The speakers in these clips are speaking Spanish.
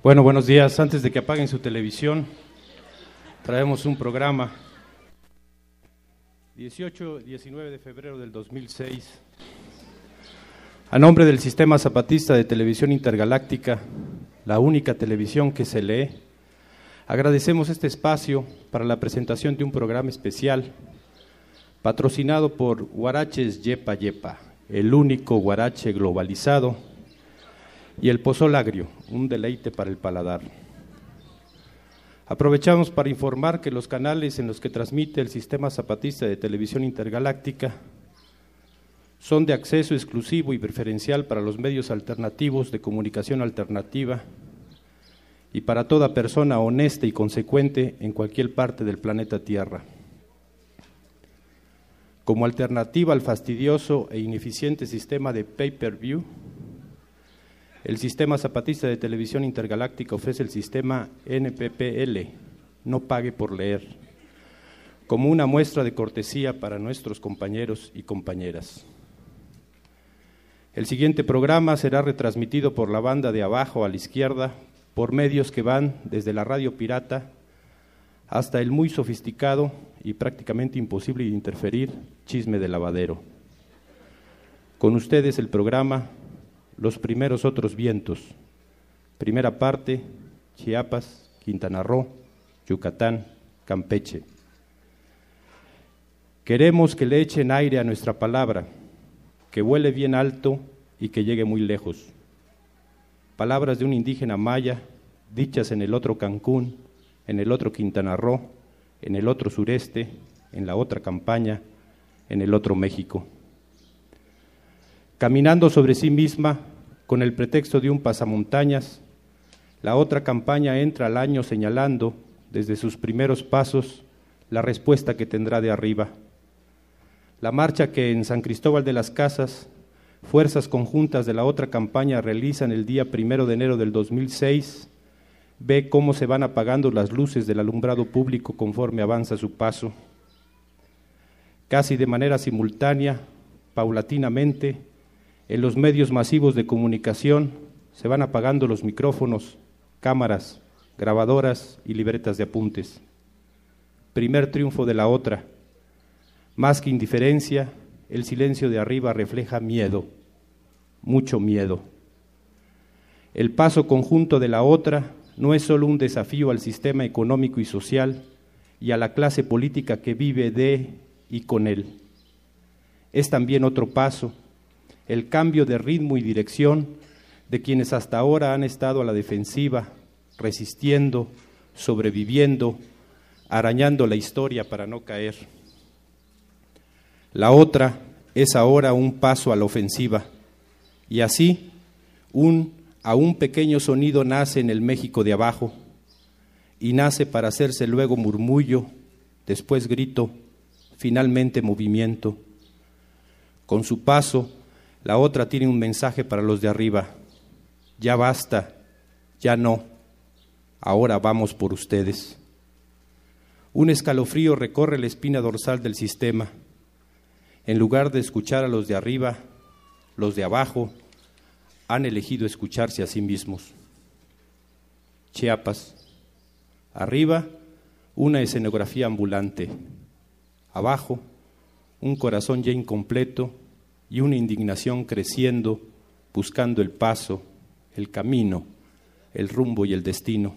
Bueno, buenos días. Antes de que apaguen su televisión, traemos un programa 18-19 de febrero del 2006. A nombre del Sistema Zapatista de Televisión Intergaláctica, la única televisión que se lee, agradecemos este espacio para la presentación de un programa especial patrocinado por Huaraches Yepa Yepa, el único huarache globalizado, y el pozol agrio, un deleite para el paladar. Aprovechamos para informar que los canales en los que transmite el Sistema Zapatista de Televisión Intergaláctica son de acceso exclusivo y preferencial para los medios alternativos de comunicación alternativa y para toda persona honesta y consecuente en cualquier parte del planeta Tierra. Como alternativa al fastidioso e ineficiente sistema de pay-per-view, el Sistema Zapatista de Televisión Intergaláctica ofrece el sistema NPPL, no pague por leer, como una muestra de cortesía para nuestros compañeros y compañeras. El siguiente programa será retransmitido por la banda de abajo a la izquierda, por medios que van desde la radio pirata hasta el muy sofisticado y prácticamente imposible de interferir chisme de lavadero. Con ustedes el programa Los primeros otros vientos, primera parte, Chiapas, Quintana Roo, Yucatán, Campeche. Queremos que le echen aire a nuestra palabra, que vuele bien alto y que llegue muy lejos. Palabras de un indígena maya, dichas en el otro Cancún, en el otro Quintana Roo, en el otro sureste, en la otra campaña, en el otro México. Caminando sobre sí misma, con el pretexto de un pasamontañas, la otra campaña entra al año señalando, desde sus primeros pasos, la respuesta que tendrá de arriba. La marcha que en San Cristóbal de las Casas, fuerzas conjuntas de la otra campaña realizan el día 1 de enero del 2006, ve cómo se van apagando las luces del alumbrado público conforme avanza su paso. Casi de manera simultánea, paulatinamente, en los medios masivos de comunicación se van apagando los micrófonos, cámaras, grabadoras y libretas de apuntes. Primer triunfo de la otra. Más que indiferencia, el silencio de arriba refleja miedo, mucho miedo. El paso conjunto de la otra no es solo un desafío al sistema económico y social y a la clase política que vive de y con él. Es también otro paso, el cambio de ritmo y dirección de quienes hasta ahora han estado a la defensiva, resistiendo, sobreviviendo, arañando la historia para no caer. La otra es ahora un paso a la ofensiva, y así a un pequeño sonido nace en el México de abajo, y nace para hacerse luego murmullo, después grito, finalmente movimiento. Con su paso, la otra tiene un mensaje para los de arriba: ya basta, ya no, ahora vamos por ustedes. Un escalofrío recorre la espina dorsal del sistema. En lugar de escuchar a los de arriba, los de abajo han elegido escucharse a sí mismos. Chiapas. Arriba, una escenografía ambulante. Abajo, un corazón ya incompleto y una indignación creciendo, buscando el paso, el camino, el rumbo y el destino.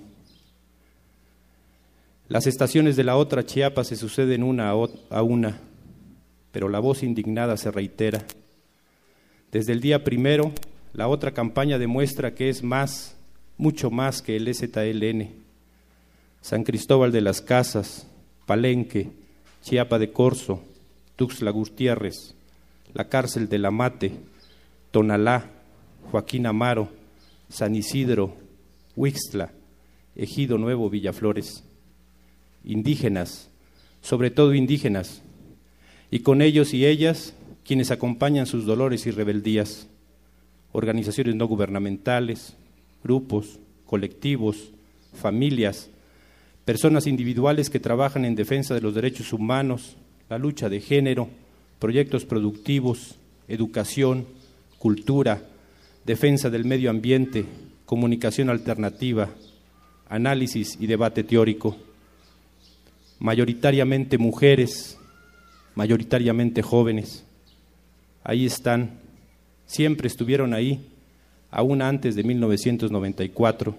Las estaciones de la otra Chiapas se suceden una a una, pero la voz indignada se reitera. Desde el día 1, la otra campaña demuestra que es más, mucho más que el EZLN. San Cristóbal de las Casas, Palenque, Chiapa de Corzo, Tuxtla Gutiérrez, la cárcel de La Mate, Tonalá, Joaquín Amaro, San Isidro, Huixtla, Ejido Nuevo, Villaflores. Indígenas, sobre todo indígenas, y con ellos y ellas quienes acompañan sus dolores y rebeldías, organizaciones no gubernamentales, grupos, colectivos, familias, personas individuales que trabajan en defensa de los derechos humanos, la lucha de género, proyectos productivos, educación, cultura, defensa del medio ambiente, comunicación alternativa, análisis y debate teórico. Mayoritariamente mujeres, mayoritariamente jóvenes. Ahí están, siempre estuvieron ahí, aún antes de 1994.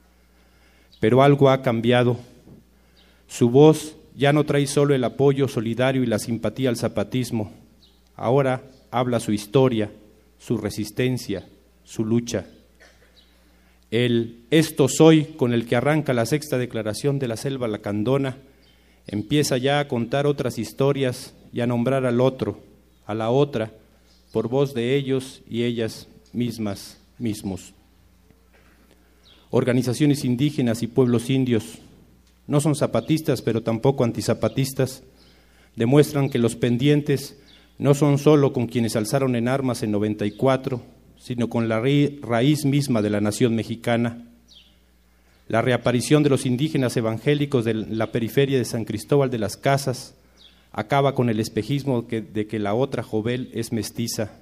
Pero algo ha cambiado. Su voz ya no trae solo el apoyo solidario y la simpatía al zapatismo. Ahora habla su historia, su resistencia, su lucha. El "esto soy" con el que arranca la sexta declaración de la Selva Lacandona empieza ya a contar otras historias y a nombrar al otro, a la otra, por voz de ellos y ellas mismos. Organizaciones indígenas y pueblos indios, no son zapatistas pero tampoco antizapatistas, demuestran que los pendientes no son solo con quienes alzaron en armas en 94, sino con la raíz misma de la nación mexicana. La reaparición de los indígenas evangélicos de la periferia de San Cristóbal de las Casas acaba con el espejismo de que la otra Jovel es mestiza.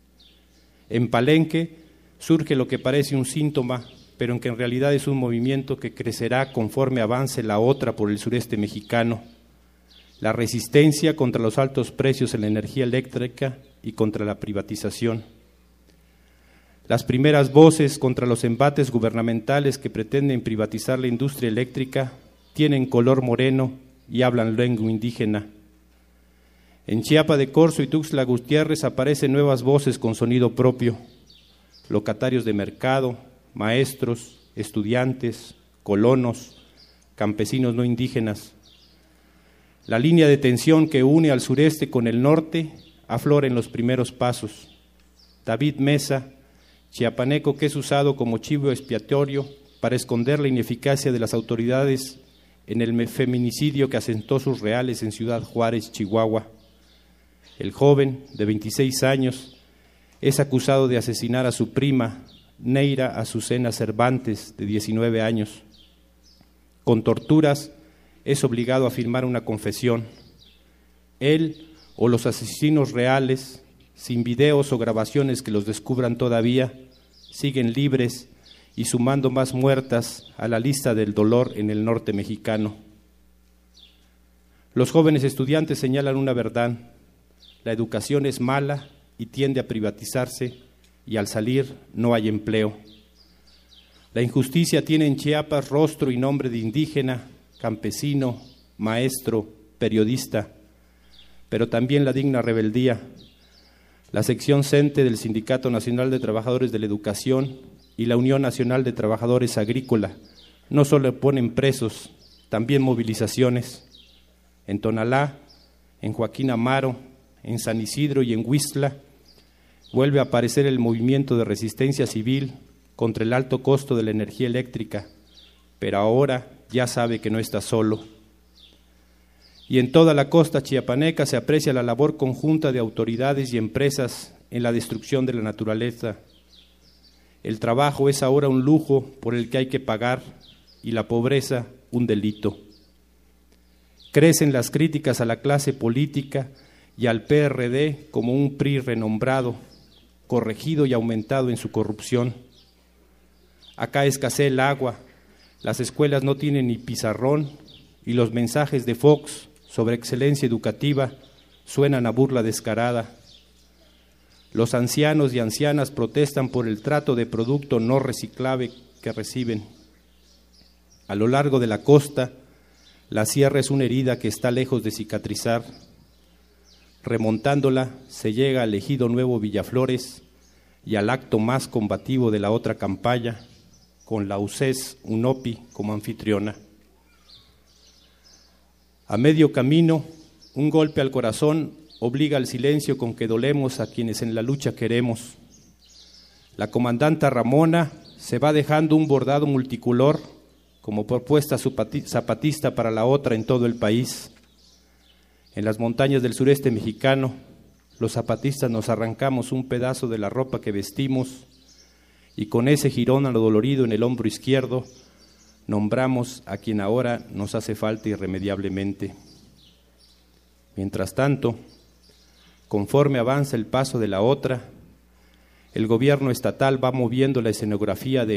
En Palenque surge lo que parece un síntoma, pero en que en realidad es un movimiento que crecerá conforme avance la otra por el sureste mexicano. La resistencia contra los altos precios en la energía eléctrica y contra la privatización. Las primeras voces contra los embates gubernamentales que pretenden privatizar la industria eléctrica tienen color moreno y hablan lengua indígena. En Chiapa de Corzo y Tuxtla Gutiérrez aparecen nuevas voces con sonido propio, locatarios de mercado, maestros, estudiantes, colonos, campesinos no indígenas. La línea de tensión que une al sureste con el norte aflora en los primeros pasos. David Mesa, chiapaneco que es usado como chivo expiatorio para esconder la ineficacia de las autoridades en el feminicidio que asentó sus reales en Ciudad Juárez, Chihuahua. El joven, de 26 años, es acusado de asesinar a su prima, Neira Azucena Cervantes, de 19 años. Con torturas, es obligado a firmar una confesión. Él o los asesinos reales, sin videos o grabaciones que los descubran todavía, siguen libres y sumando más muertas a la lista del dolor en el norte mexicano. Los jóvenes estudiantes señalan una verdad: la educación es mala y tiende a privatizarse, y al salir no hay empleo. La injusticia tiene en Chiapas rostro y nombre de indígena, campesino, maestro, periodista, pero también la digna rebeldía. La sección CENTE del Sindicato Nacional de Trabajadores de la Educación y la Unión Nacional de Trabajadores Agrícola no solo ponen presos, también movilizaciones. En Tonalá, en Joaquín Amaro, en San Isidro y en Huixtla vuelve a aparecer el movimiento de resistencia civil contra el alto costo de la energía eléctrica, pero ahora ya sabe que no está solo. Y en toda la costa chiapaneca se aprecia la labor conjunta de autoridades y empresas en la destrucción de la naturaleza. El trabajo es ahora un lujo por el que hay que pagar y la pobreza un delito. Crecen las críticas a la clase política y al PRD como un PRI renombrado, corregido y aumentado en su corrupción. Acá escasea el agua, las escuelas no tienen ni pizarrón y los mensajes de Fox sobre excelencia educativa suenan a burla descarada. Los ancianos y ancianas protestan por el trato de producto no reciclable que reciben. A lo largo de la costa, la sierra es una herida que está lejos de cicatrizar. Remontándola, se llega al ejido Nuevo Villaflores y al acto más combativo de la otra campaña, con la UCES UNOPI como anfitriona. A medio camino, un golpe al corazón obliga al silencio con que dolemos a quienes en la lucha queremos. La comandanta Ramona se va dejando un bordado multicolor como propuesta zapatista para la otra en todo el país. En las montañas del sureste mexicano, los zapatistas nos arrancamos un pedazo de la ropa que vestimos y con ese jirón a lo dolorido en el hombro izquierdo nombramos a quien ahora nos hace falta irremediablemente. Mientras tanto, conforme avanza el paso de la otra, el gobierno estatal va moviendo la escenografía de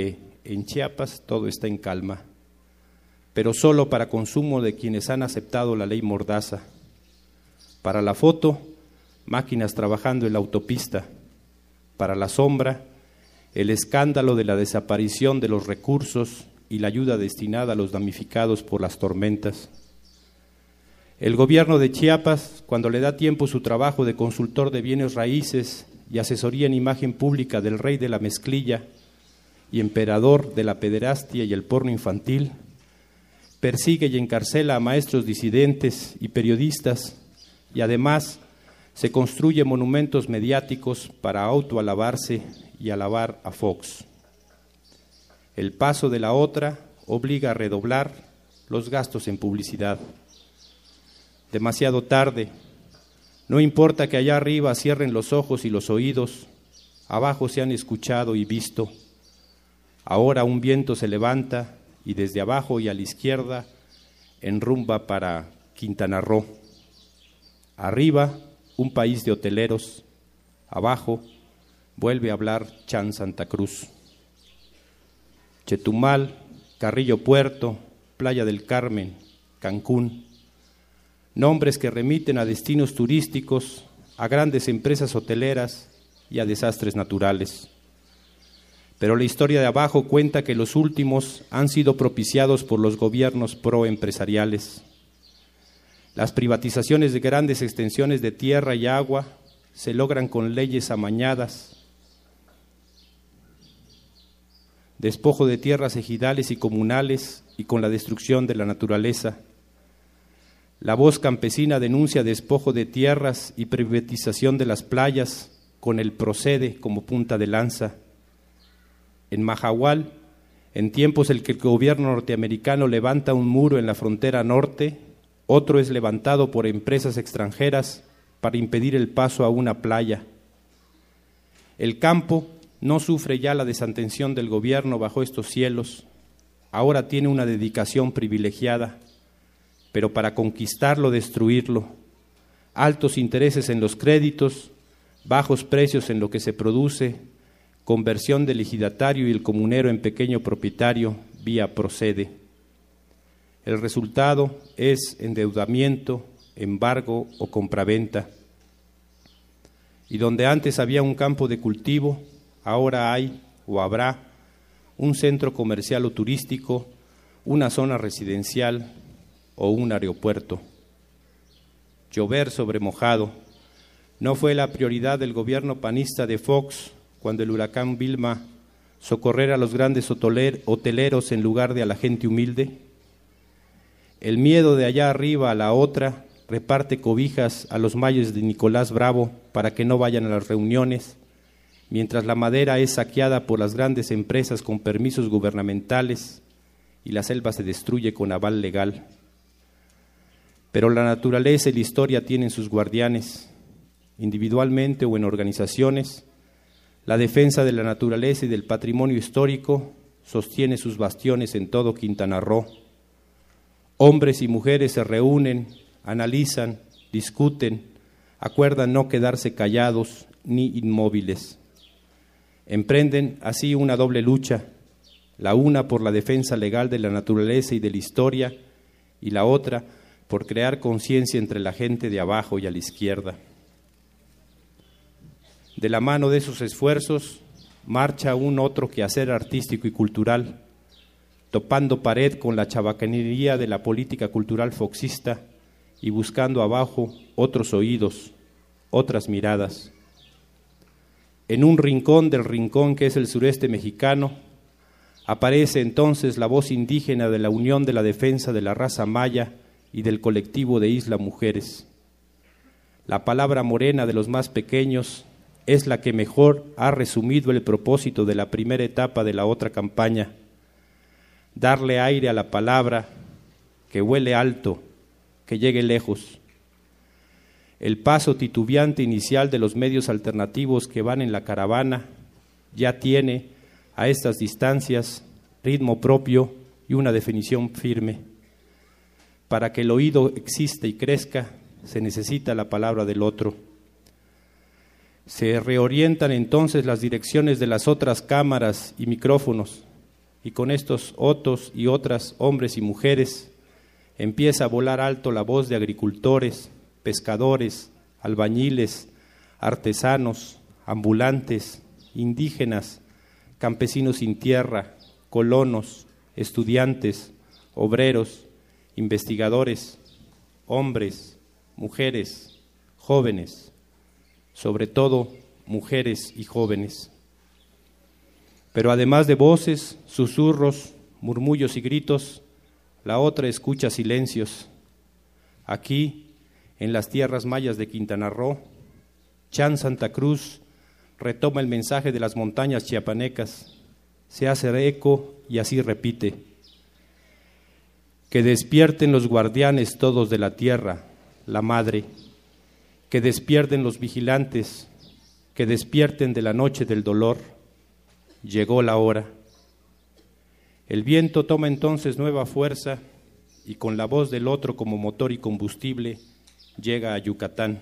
en Chiapas todo está en calma, pero solo para consumo de quienes han aceptado la ley Mordaza. Para la foto, máquinas trabajando en la autopista. Para la sombra, el escándalo de la desaparición de los recursos y la ayuda destinada a los damnificados por las tormentas. El gobierno de Chiapas, cuando le da tiempo su trabajo de consultor de bienes raíces y asesoría en imagen pública del rey de la mezclilla y emperador de la pederastia y el porno infantil, persigue y encarcela a maestros disidentes y periodistas y además se construye monumentos mediáticos para autoalabarse y alabar a Fox. El paso de la otra obliga a redoblar los gastos en publicidad. Demasiado tarde. No importa que allá arriba cierren los ojos y los oídos, abajo se han escuchado y visto. Ahora un viento se levanta y desde abajo y a la izquierda enrumba para Quintana Roo. Arriba, un país de hoteleros. Abajo, vuelve a hablar Chan Santa Cruz. Chetumal, Carrillo Puerto, Playa del Carmen, Cancún. Nombres que remiten a destinos turísticos, a grandes empresas hoteleras y a desastres naturales. Pero la historia de abajo cuenta que los últimos han sido propiciados por los gobiernos proempresariales. Las privatizaciones de grandes extensiones de tierra y agua se logran con leyes amañadas, despojo de tierras ejidales y comunales y con la destrucción de la naturaleza. La voz campesina denuncia despojo de tierras y privatización de las playas con el Procede como punta de lanza. En Mahahual, en tiempos en que el gobierno norteamericano levanta un muro en la frontera norte, otro es levantado por empresas extranjeras para impedir el paso a una playa. El campo no sufre ya la desatención del gobierno bajo estos cielos, ahora tiene una dedicación privilegiada, pero para conquistarlo, destruirlo. Altos intereses en los créditos, bajos precios en lo que se produce, conversión del ejidatario y el comunero en pequeño propietario vía Procede. El resultado es endeudamiento, embargo o compraventa. Y donde antes había un campo de cultivo, ahora hay o habrá un centro comercial o turístico, una zona residencial o un aeropuerto. Llover sobre mojado no fue la prioridad del gobierno panista de Fox cuando el huracán Vilma socorrer a los grandes hoteleros en lugar de a la gente humilde. El miedo de allá arriba a la otra reparte cobijas a los mayos de Nicolás Bravo para que no vayan a las reuniones, mientras la madera es saqueada por las grandes empresas con permisos gubernamentales y la selva se destruye con aval legal. Pero la naturaleza y la historia tienen sus guardianes, individualmente o en organizaciones. La defensa de la naturaleza y del patrimonio histórico sostiene sus bastiones en todo Quintana Roo. Hombres y mujeres se reúnen, analizan, discuten, acuerdan no quedarse callados ni inmóviles. Emprenden así una doble lucha, la una por la defensa legal de la naturaleza y de la historia, y la otra por crear conciencia entre la gente de abajo y a la izquierda. De la mano de esos esfuerzos marcha un otro quehacer artístico y cultural, topando pared con la chabacanería de la política cultural foxista y buscando abajo otros oídos, otras miradas. En un rincón del rincón que es el sureste mexicano, aparece entonces la voz indígena de la Unión de la Defensa de la Raza Maya y del colectivo de Isla Mujeres. La palabra morena de los más pequeños es la que mejor ha resumido el propósito de la primera etapa de la otra campaña: darle aire a la palabra, que vuele alto, que llegue lejos. El paso titubeante inicial de los medios alternativos que van en la caravana ya tiene, a estas distancias, ritmo propio y una definición firme. Para que el oído exista y crezca, se necesita la palabra del otro. Se reorientan entonces las direcciones de las otras cámaras y micrófonos. y con estos otros y otras hombres y mujeres empieza a volar alto la voz de agricultores, pescadores, albañiles, artesanos, ambulantes, indígenas, campesinos sin tierra, colonos, estudiantes, obreros, investigadores, hombres, mujeres, jóvenes, sobre todo mujeres y jóvenes. Pero además de voces, susurros, murmullos y gritos, la otra escucha silencios. Aquí, en las tierras mayas de Quintana Roo, Chan Santa Cruz retoma el mensaje de las montañas chiapanecas, se hace eco y así repite: que despierten los guardianes todos de la tierra, la madre, que despierten los vigilantes, que despierten de la noche del dolor, llegó la hora. El viento toma entonces nueva fuerza y con la voz del otro como motor y combustible llega a Yucatán.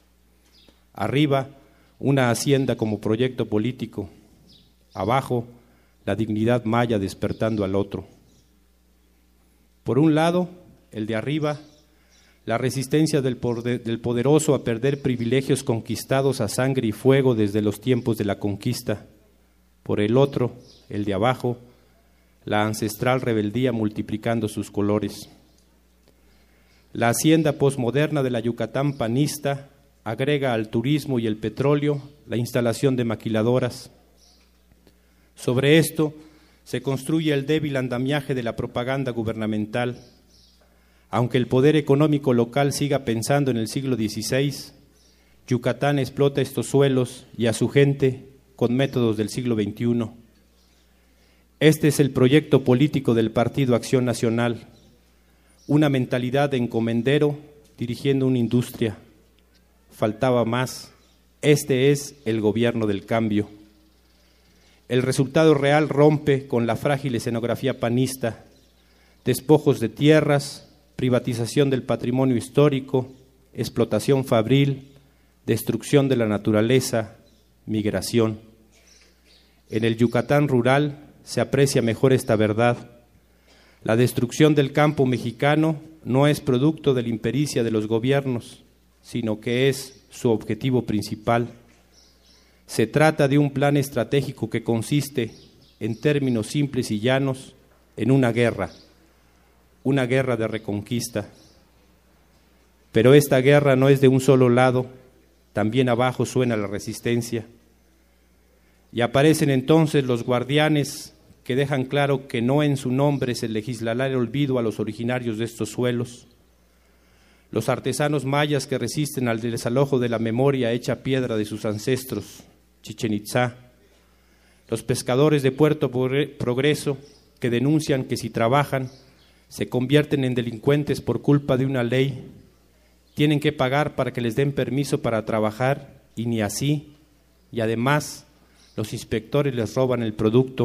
Arriba, una hacienda como proyecto político, abajo, la dignidad maya despertando al otro. Por un lado, el de arriba, la resistencia del poderoso a perder privilegios conquistados a sangre y fuego desde los tiempos de la conquista. Por el otro, el de abajo, la ancestral rebeldía multiplicando sus colores. La hacienda posmoderna de la Yucatán panista agrega al turismo y el petróleo la instalación de maquiladoras. Sobre esto se construye el débil andamiaje de la propaganda gubernamental. Aunque el poder económico local siga pensando en el siglo XVI, Yucatán explota estos suelos y a su gente con métodos del siglo XXI. Este es el proyecto político del Partido Acción Nacional, una mentalidad de encomendero dirigiendo una industria. Faltaba más, este es el gobierno del cambio. El resultado real rompe con la frágil escenografía panista: despojos de tierras, privatización del patrimonio histórico, explotación fabril, destrucción de la naturaleza, migración. En el Yucatán rural se aprecia mejor esta verdad. La destrucción del campo mexicano no es producto de la impericia de los gobiernos, sino que es su objetivo principal. Se trata de un plan estratégico que consiste, en términos simples y llanos, en una guerra de reconquista. Pero esta guerra no es de un solo lado, también abajo suena la resistencia. Y aparecen entonces los guardianes que dejan claro que no en su nombre se legislará el olvido a los originarios de estos suelos. Los artesanos mayas que resisten al desalojo de la memoria hecha piedra de sus ancestros, Chichén Itzá. Los pescadores de Puerto Progreso que denuncian que si trabajan se convierten en delincuentes por culpa de una ley, tienen que pagar para que les den permiso para trabajar y ni así, y además los inspectores les roban el producto.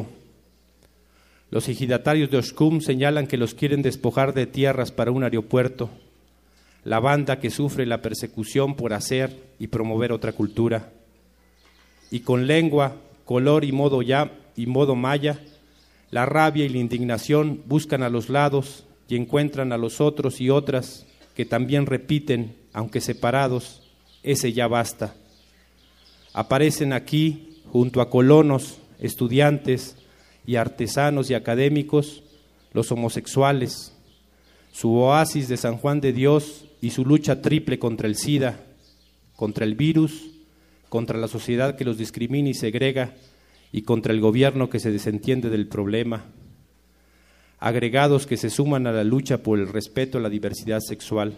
Los ejidatarios de Oshkum señalan que los quieren despojar de tierras para un aeropuerto, la banda que sufre la persecución por hacer y promover otra cultura. Y con lengua, color y modo maya, la rabia y la indignación buscan a los lados y encuentran a los otros y otras que también repiten, aunque separados, ese ya basta. Aparecen aquí, junto a colonos, estudiantes y artesanos y académicos, los homosexuales, su oasis de San Juan de Dios y su lucha triple contra el SIDA, contra el virus, contra la sociedad que los discrimina y segrega, y contra el gobierno que se desentiende del problema, agregados que se suman a la lucha por el respeto a la diversidad sexual.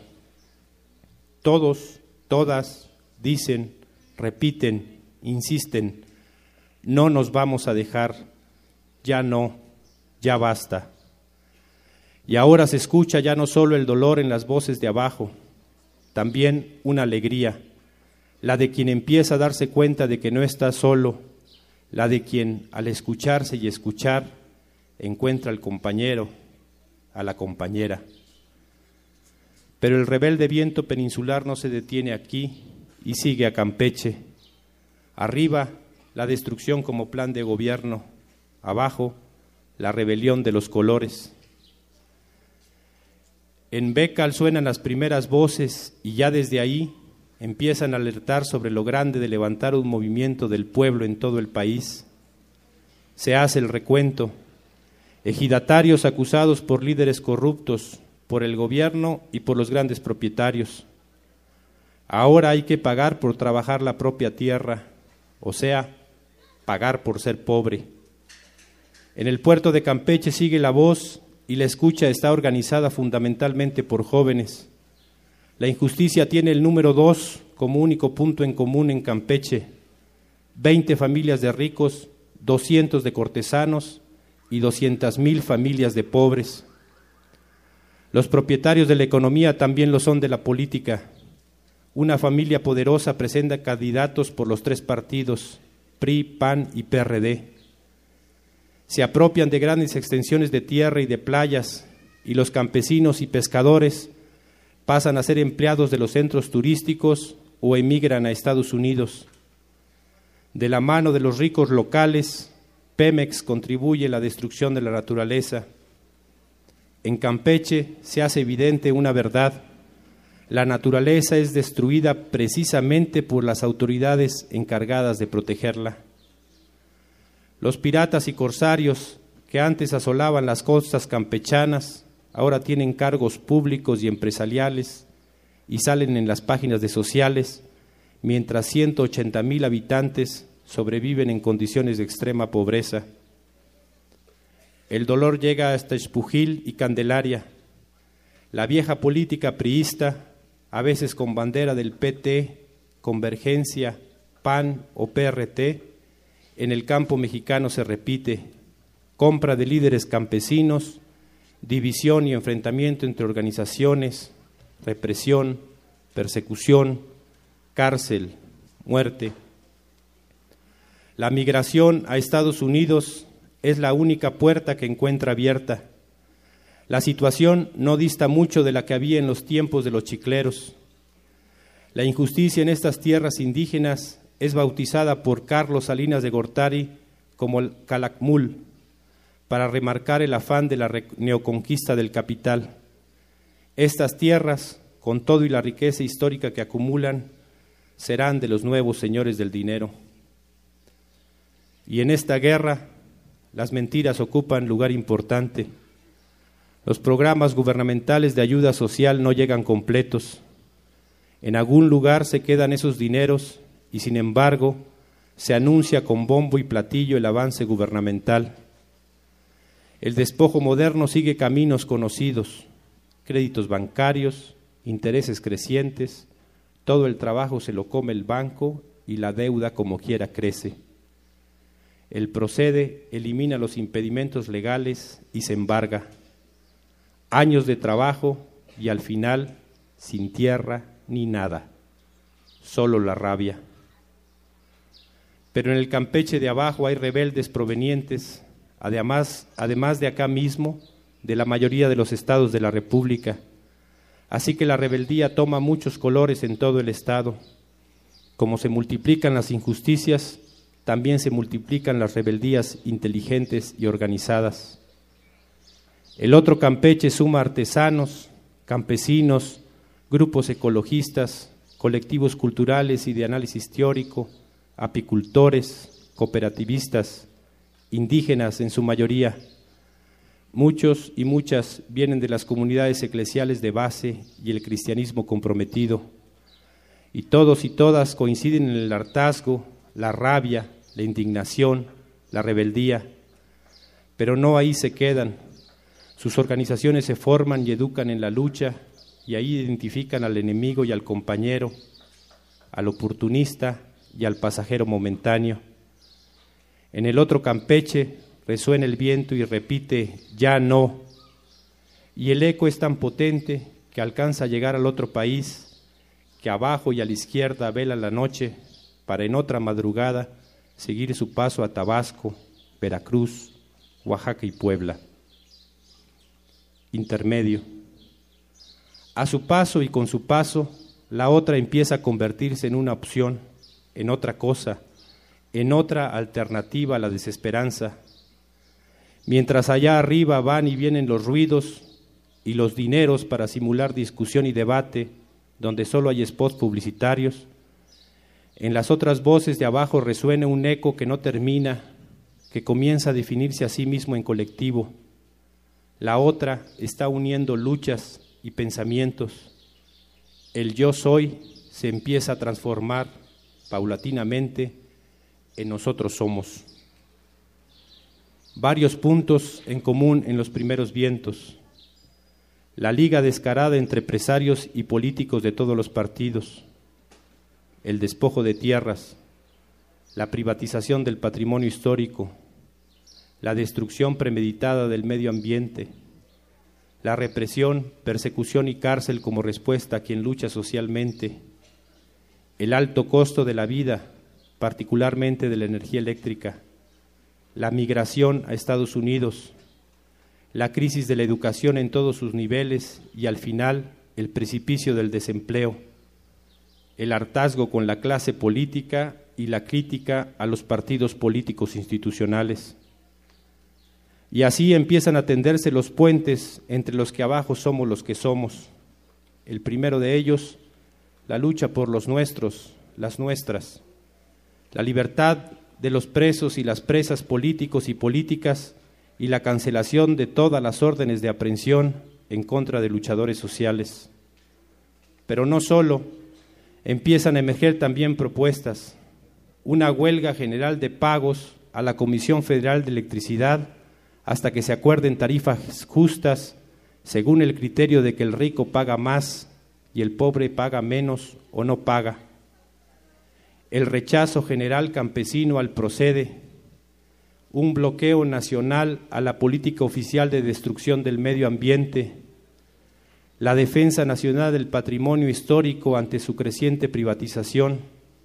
Todos, todas, dicen, repiten, insisten, no nos vamos a dejar, ya no, ya basta. Y ahora se escucha ya no solo el dolor en las voces de abajo, también una alegría, la de quien empieza a darse cuenta de que no está solo, la de quien, al escucharse y escuchar, encuentra al compañero, a la compañera. Pero el rebelde viento peninsular no se detiene aquí y sigue a Campeche. Arriba, la destrucción como plan de gobierno. Abajo, la rebelión de los colores. En Bécal suenan las primeras voces y ya desde ahí empiezan a alertar sobre lo grande de levantar un movimiento del pueblo en todo el país. Se hace el recuento. Ejidatarios acusados por líderes corruptos, por el gobierno y por los grandes propietarios. Ahora hay que pagar por trabajar la propia tierra, o sea, pagar por ser pobre. En el puerto de Campeche sigue la voz y la escucha está organizada fundamentalmente por jóvenes. La injusticia tiene el número 2 como único punto en común en Campeche. 20 familias de ricos, 200 de cortesanos y 200,000 familias de pobres. Los propietarios de la economía también lo son de la política. Una familia poderosa presenta candidatos por los 3 partidos, PRI, PAN y PRD. Se apropian de grandes extensiones de tierra y de playas, y los campesinos y pescadores pasan a ser empleados de los centros turísticos o emigran a Estados Unidos. De la mano de los ricos locales, Pemex contribuye a la destrucción de la naturaleza. En Campeche se hace evidente una verdad: la naturaleza es destruida precisamente por las autoridades encargadas de protegerla. Los piratas y corsarios que antes asolaban las costas campechanas ahora tienen cargos públicos y empresariales y salen en las páginas de sociales, mientras 180,000 habitantes sobreviven en condiciones de extrema pobreza. El dolor llega hasta Espujil y Candelaria. La vieja política priista, a veces con bandera del PT, Convergencia, PAN o PRT, en el campo mexicano se repite: compra de líderes campesinos, división y enfrentamiento entre organizaciones, represión, persecución, cárcel, muerte. La migración a Estados Unidos es la única puerta que encuentra abierta. La situación no dista mucho de la que había en los tiempos de los chicleros. La injusticia en estas tierras indígenas es bautizada por Carlos Salinas de Gortari como el Calakmul, para remarcar el afán de la neoconquista del capital. Estas tierras, con todo y la riqueza histórica que acumulan, serán de los nuevos señores del dinero. Y en esta guerra, las mentiras ocupan lugar importante. Los programas gubernamentales de ayuda social no llegan completos. En algún lugar se quedan esos dineros y, sin embargo, se anuncia con bombo y platillo el avance gubernamental. El despojo moderno sigue caminos conocidos: créditos bancarios, intereses crecientes, todo el trabajo se lo come el banco y la deuda como quiera crece. El procede elimina los impedimentos legales y se embarga. Años de trabajo y al final, sin tierra ni nada, solo la rabia. Pero en el Campeche de abajo hay rebeldes provenientes, además de acá mismo, de la mayoría de los estados de la República. Así que la rebeldía toma muchos colores en todo el estado. Como se multiplican las injusticias, también se multiplican las rebeldías inteligentes y organizadas. El otro Campeche suma artesanos, campesinos, grupos ecologistas, colectivos culturales y de análisis teórico, apicultores, cooperativistas, indígenas en su mayoría. Muchos y muchas vienen de las comunidades eclesiales de base y el cristianismo comprometido. Y todos y todas coinciden en el hartazgo, la rabia, la indignación, la rebeldía. Pero no ahí se quedan. Sus organizaciones se forman y educan en la lucha, y ahí identifican al enemigo y al compañero, al oportunista y al pasajero momentáneo. En el otro Campeche resuena el viento y repite: ya no. Y el eco es tan potente que alcanza a llegar al otro país, que abajo y a la izquierda vela la noche para en otra madrugada seguir su paso a Tabasco, Veracruz, Oaxaca y Puebla. Intermedio. A su paso y con su paso, la otra empieza a convertirse en una opción, en otra cosa, en otra alternativa a la desesperanza. mientras allá arriba van y vienen los ruidos y los dineros para simular discusión y debate, donde solo hay spots publicitarios, en las otras voces de abajo resuena un eco que no termina, que comienza a definirse a sí mismo en colectivo. La otra está uniendo luchas y pensamientos. El yo soy se empieza a transformar paulatinamente en nosotros somos. Varios puntos en común en los primeros vientos. La liga descarada entre empresarios y políticos de todos los partidos, el despojo de tierras, la privatización del patrimonio histórico, la destrucción premeditada del medio ambiente, la represión, persecución y cárcel como respuesta a quien lucha socialmente, el alto costo de la vida, particularmente de la energía eléctrica, la migración a Estados Unidos, la crisis de la educación en todos sus niveles y al final el precipicio del desempleo, el hartazgo con la clase política y la crítica a los partidos políticos institucionales. Y así empiezan a tenderse los puentes entre los que abajo somos los que somos. El primero de ellos, la lucha por los nuestros, las nuestras, la libertad de los presos y las presas políticos y políticas y la cancelación de todas las órdenes de aprehensión en contra de luchadores sociales. Pero no solo, empiezan a emerger también propuestas, una huelga general de pagos a la Comisión Federal de Electricidad hasta que se acuerden tarifas justas según el criterio de que el rico paga más y el pobre paga menos o no paga. El rechazo general campesino al procede, un bloqueo nacional a la política oficial de destrucción del medio ambiente, la defensa nacional del patrimonio histórico ante su creciente privatización,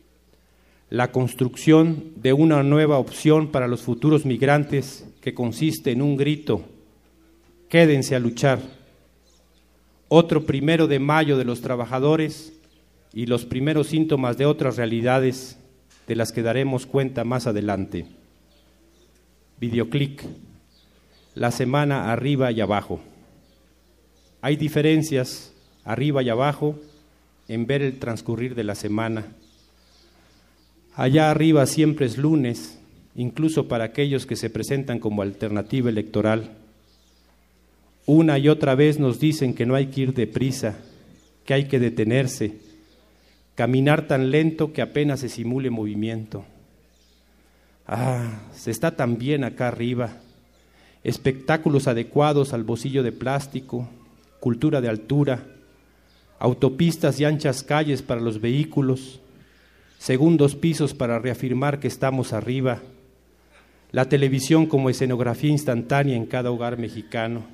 la construcción de una nueva opción para los futuros migrantes que consiste en un grito: quédense a luchar. Otro 1 de mayo de los trabajadores y los primeros síntomas de otras realidades de las que daremos cuenta más adelante. Videoclic, la semana arriba y abajo. Hay diferencias arriba y abajo en ver el transcurrir de la semana. Allá arriba siempre es lunes, incluso para aquellos que se presentan como alternativa electoral. Una y otra vez nos dicen que no hay que ir deprisa, que hay que detenerse, caminar tan lento que apenas se simule movimiento. Se está tan bien acá arriba. Espectáculos adecuados al bolsillo de plástico, cultura de altura, autopistas y anchas calles para los vehículos, segundos pisos para reafirmar que estamos arriba, la televisión como escenografía instantánea en cada hogar mexicano.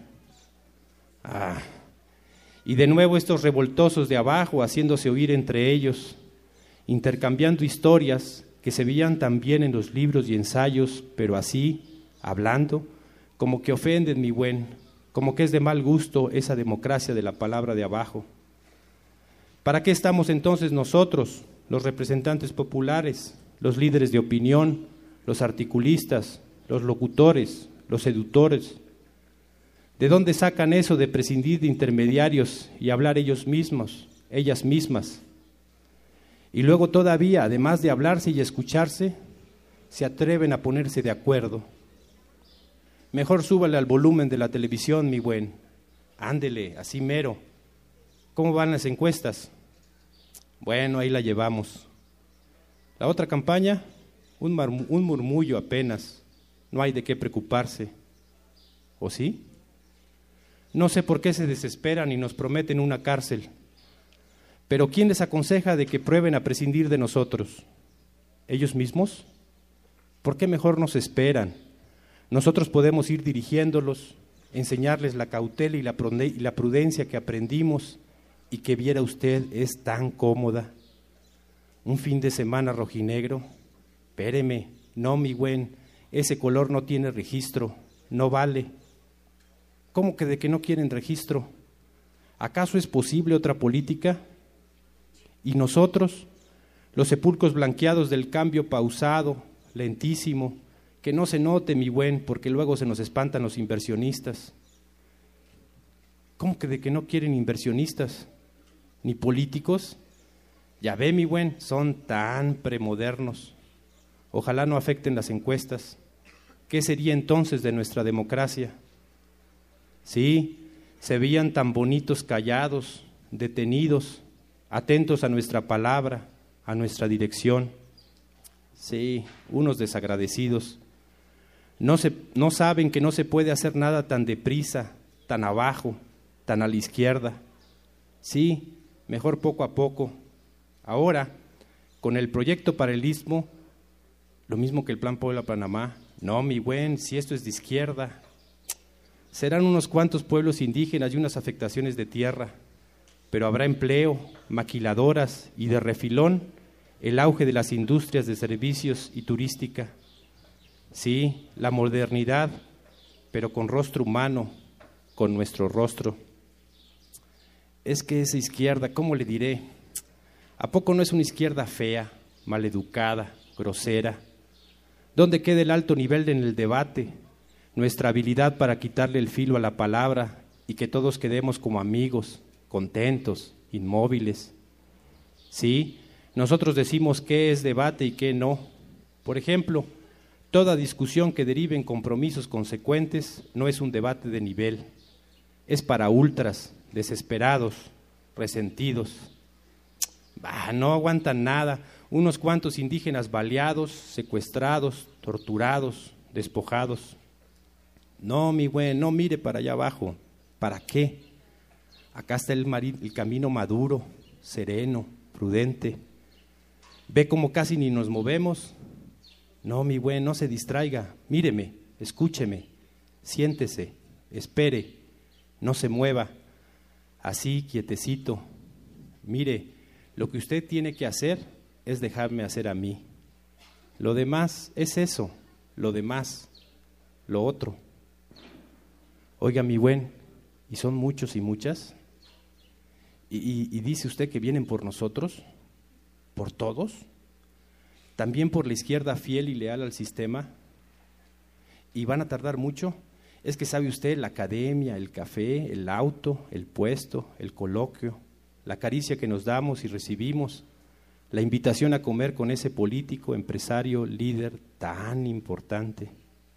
Y de nuevo estos revoltosos de abajo haciéndose oír entre ellos, intercambiando historias que se veían también en los libros y ensayos, pero así, hablando, como que ofenden, mi buen, como que es de mal gusto esa democracia de la palabra de abajo. ¿Para qué estamos entonces nosotros, los representantes populares, los líderes de opinión, los articulistas, los locutores, los seductores? ¿De dónde sacan eso de prescindir de intermediarios y hablar ellos mismos, ellas mismas? Y luego todavía, además de hablarse y escucharse, se atreven a ponerse de acuerdo. Mejor súbale al volumen de la televisión, mi buen. Ándele, así mero. ¿Cómo van las encuestas? Bueno, ahí la llevamos. La otra campaña, un murmullo apenas. No hay de qué preocuparse. ¿O sí? No sé por qué se desesperan y nos prometen una cárcel. Pero ¿quién les aconseja de que prueben a prescindir de nosotros? ¿Ellos mismos? ¿Por qué mejor nos esperan? Nosotros podemos ir dirigiéndolos, enseñarles la cautela y la prudencia que aprendimos y que viera usted es tan cómoda. Un fin de semana rojinegro. Espéreme, no, mi buen, ese color no tiene registro, no vale. ¿Cómo que de que no quieren registro? ¿Acaso es posible otra política? Y nosotros, los sepulcros blanqueados del cambio pausado, lentísimo, Que no se note, mi buen, porque luego se nos espantan los inversionistas. ¿Cómo que de que no quieren inversionistas? ¿Ni políticos? Ya ve, mi buen, son tan premodernos. Ojalá no afecten las encuestas. ¿Qué sería entonces de nuestra democracia? Sí, se veían tan bonitos callados, detenidos, atentos a nuestra palabra, a nuestra dirección. Sí, unos desagradecidos. No saben que no se puede hacer nada tan deprisa, tan abajo, tan a la izquierda. Sí, mejor poco a poco. Ahora, con el proyecto para el Istmo, lo mismo que el Plan Puebla-Panamá. No, mi buen, si esto es de izquierda. Serán unos cuantos pueblos indígenas y unas afectaciones de tierra, pero habrá empleo, maquiladoras y de refilón el auge de las industrias de servicios y turística. Sí, la modernidad, pero con rostro humano, con nuestro rostro. Es que esa izquierda, ¿cómo le diré? ¿A poco no es una izquierda fea, maleducada, grosera? ¿Dónde queda el alto nivel en el debate, nuestra habilidad para quitarle el filo a la palabra y que todos quedemos como amigos, contentos, inmóviles? Sí, nosotros decimos qué es debate y qué no. Por ejemplo, toda discusión que derive en compromisos consecuentes no es un debate de nivel, es para ultras, desesperados, resentidos. No aguantan nada, unos cuantos indígenas baleados, secuestrados, torturados, despojados. No, mi buen, no mire para allá abajo. ¿Para qué? Acá está el camino maduro, sereno, prudente. ¿Ve cómo casi ni nos movemos? No, mi buen, no se distraiga. Míreme, escúcheme, siéntese, espere, no se mueva. Así, quietecito. Mire, lo que usted tiene que hacer es dejarme hacer a mí. Lo demás es eso, lo demás, lo otro. Oiga, mi buen, ¿y son muchos y muchas? ¿Y dice usted que vienen por nosotros? ¿Por todos? ¿También por la izquierda fiel y leal al sistema? ¿Y van a tardar mucho? Es que sabe usted, la academia, el café, el auto, el puesto, el coloquio, la caricia que nos damos y recibimos, la invitación a comer con ese político, empresario, líder tan importante.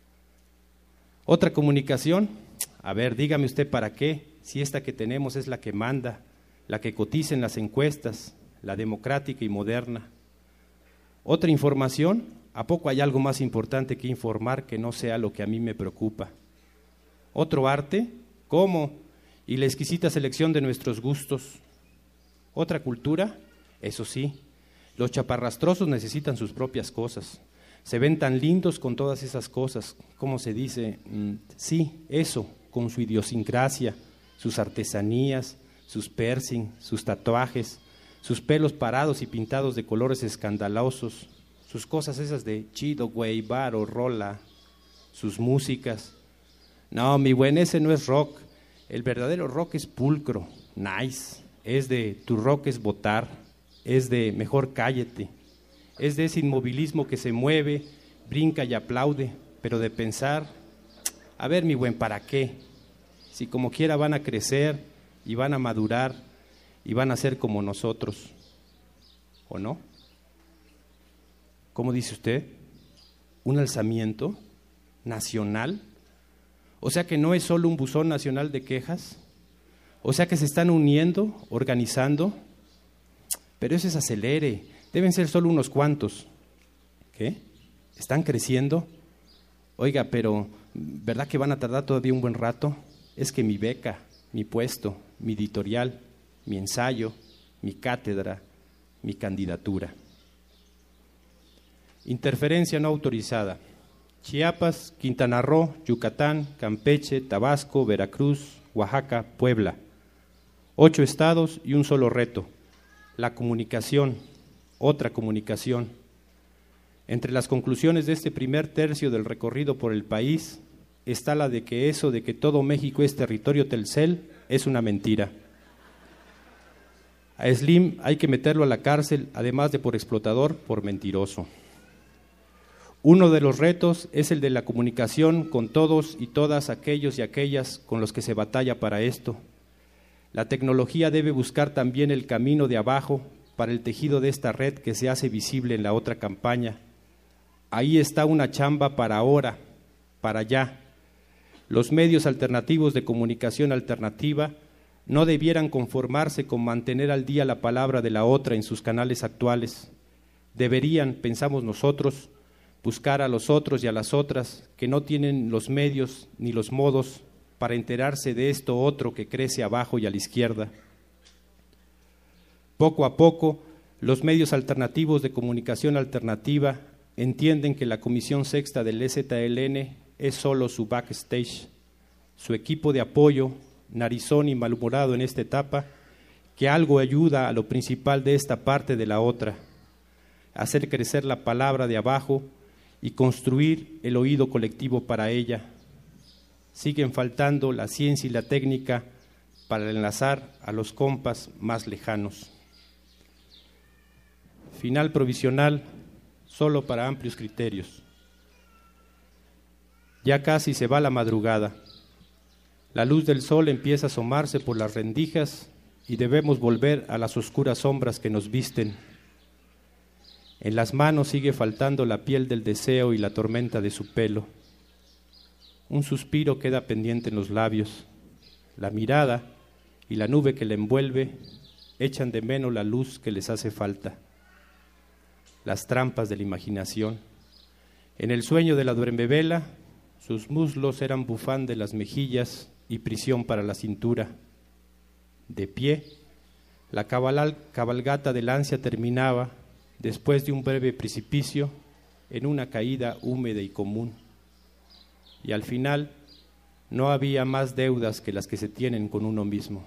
¿Otra comunicación? A ver, dígame usted para qué, si esta que tenemos es la que manda, la que cotiza en las encuestas, la democrática y moderna. ¿Otra información? ¿A poco hay algo más importante que informar que no sea lo que a mí me preocupa? ¿Otro arte? ¿Cómo? Y la exquisita selección de nuestros gustos. ¿Otra cultura? Eso sí, los chaparrastrosos necesitan sus propias cosas. Se ven tan lindos con todas esas cosas, ¿cómo se dice? Sí, eso, con su idiosincrasia, sus artesanías, sus piercing, sus tatuajes, sus pelos parados y pintados de colores escandalosos, sus cosas esas de chido, güey, varo, rola, sus músicas. No, mi buen, ese no es rock. El verdadero rock es pulcro, nice, es de tu rock es votar, es de mejor cállate, es de ese inmovilismo que se mueve, brinca y aplaude, pero de pensar, a ver, mi buen, ¿para qué? Si como quiera van a crecer y van a madurar y van a ser como nosotros, ¿o no? ¿Cómo dice usted? ¿Un alzamiento nacional? O sea que no es solo un buzón nacional de quejas, o sea que se están uniendo, organizando, pero eso es acelere, deben ser solo unos cuantos. ¿Qué? ¿Están creciendo? Oiga, pero ¿verdad que van a tardar todavía un buen rato? Es que mi beca, mi puesto, mi editorial, mi ensayo, mi cátedra, mi candidatura. Interferencia no autorizada. Chiapas, Quintana Roo, Yucatán, Campeche, Tabasco, Veracruz, Oaxaca, Puebla. 8 estados y un solo reto, la comunicación, otra comunicación. Entre las conclusiones de este primer tercio del recorrido por el país está la de que eso de que todo México es territorio Telcel es una mentira. A Slim hay que meterlo a la cárcel, además de por explotador, por mentiroso. Uno de los retos es el de la comunicación con todos y todas aquellos y aquellas con los que se batalla para esto. La tecnología debe buscar también el camino de abajo para el tejido de esta red que se hace visible en la otra campaña. Ahí está una chamba para ahora, para allá. Los medios alternativos de comunicación alternativa no debieran conformarse con mantener al día la palabra de la otra en sus canales actuales. Deberían, pensamos nosotros, buscar a los otros y a las otras que no tienen los medios ni los modos para enterarse de esto otro que crece abajo y a la izquierda. Poco a poco, los medios alternativos de comunicación alternativa entienden que la Comisión Sexta del EZLN es solo su backstage, su equipo de apoyo, narizón y malhumorado en esta etapa, que algo ayuda a lo principal de esta parte de la otra, hacer crecer la palabra de abajo y construir el oído colectivo para ella. Siguen faltando la ciencia y la técnica para enlazar a los compas más lejanos. Final provisional, solo para amplios criterios. Ya casi se va la madrugada. La luz del sol empieza a asomarse por las rendijas y debemos volver a las oscuras sombras que nos visten. En las manos sigue faltando la piel del deseo y la tormenta de su pelo. Un suspiro queda pendiente en los labios. La mirada y la nube que la envuelve echan de menos la luz que les hace falta. Las trampas de la imaginación. En el sueño de la duermevela, sus muslos eran bufán de las mejillas y prisión para la cintura. De pie, la cabalgata del ansia terminaba, después de un breve precipicio, en una caída húmeda y común. Y al final, no había más deudas que las que se tienen con uno mismo.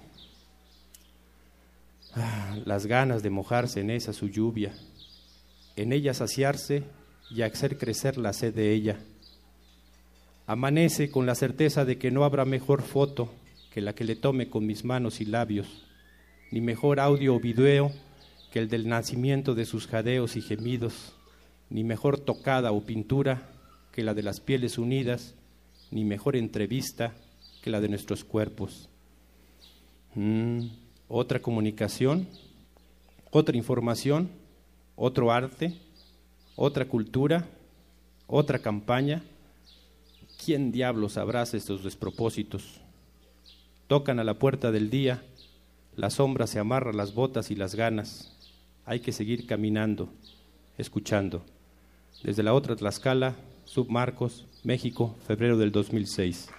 Las ganas de mojarse en esa su lluvia, en ella saciarse y hacer crecer la sed de ella. Amanece con la certeza de que no habrá mejor foto que la que le tome con mis manos y labios, ni mejor audio o video que el del nacimiento de sus jadeos y gemidos, ni mejor tocada o pintura que la de las pieles unidas, ni mejor entrevista que la de nuestros cuerpos. Otra comunicación, otra información, otro arte, otra cultura, otra campaña. ¿Quién diablos abraza estos despropósitos? Tocan a la puerta del día, la sombra se amarra las botas y las ganas. Hay que seguir caminando, escuchando. Desde la otra Tlaxcala, Submarcos, México, febrero del 2006.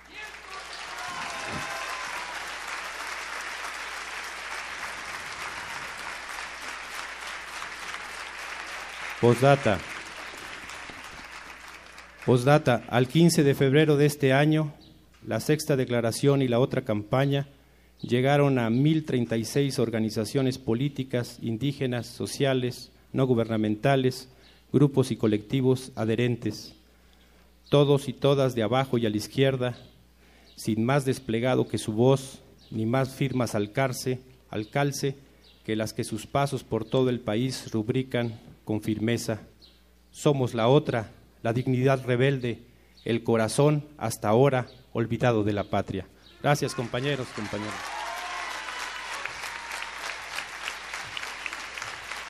Postdata, al 15 de febrero de este año, la Sexta Declaración y la otra campaña llegaron a 1,036 organizaciones políticas, indígenas, sociales, no gubernamentales, grupos y colectivos adherentes, todos y todas de abajo y a la izquierda, sin más desplegado que su voz, ni más firmas al calce que las que sus pasos por todo el país rubrican con firmeza. Somos la otra, la dignidad rebelde, el corazón hasta ahora olvidado de la patria. Gracias, compañeros, compañeras.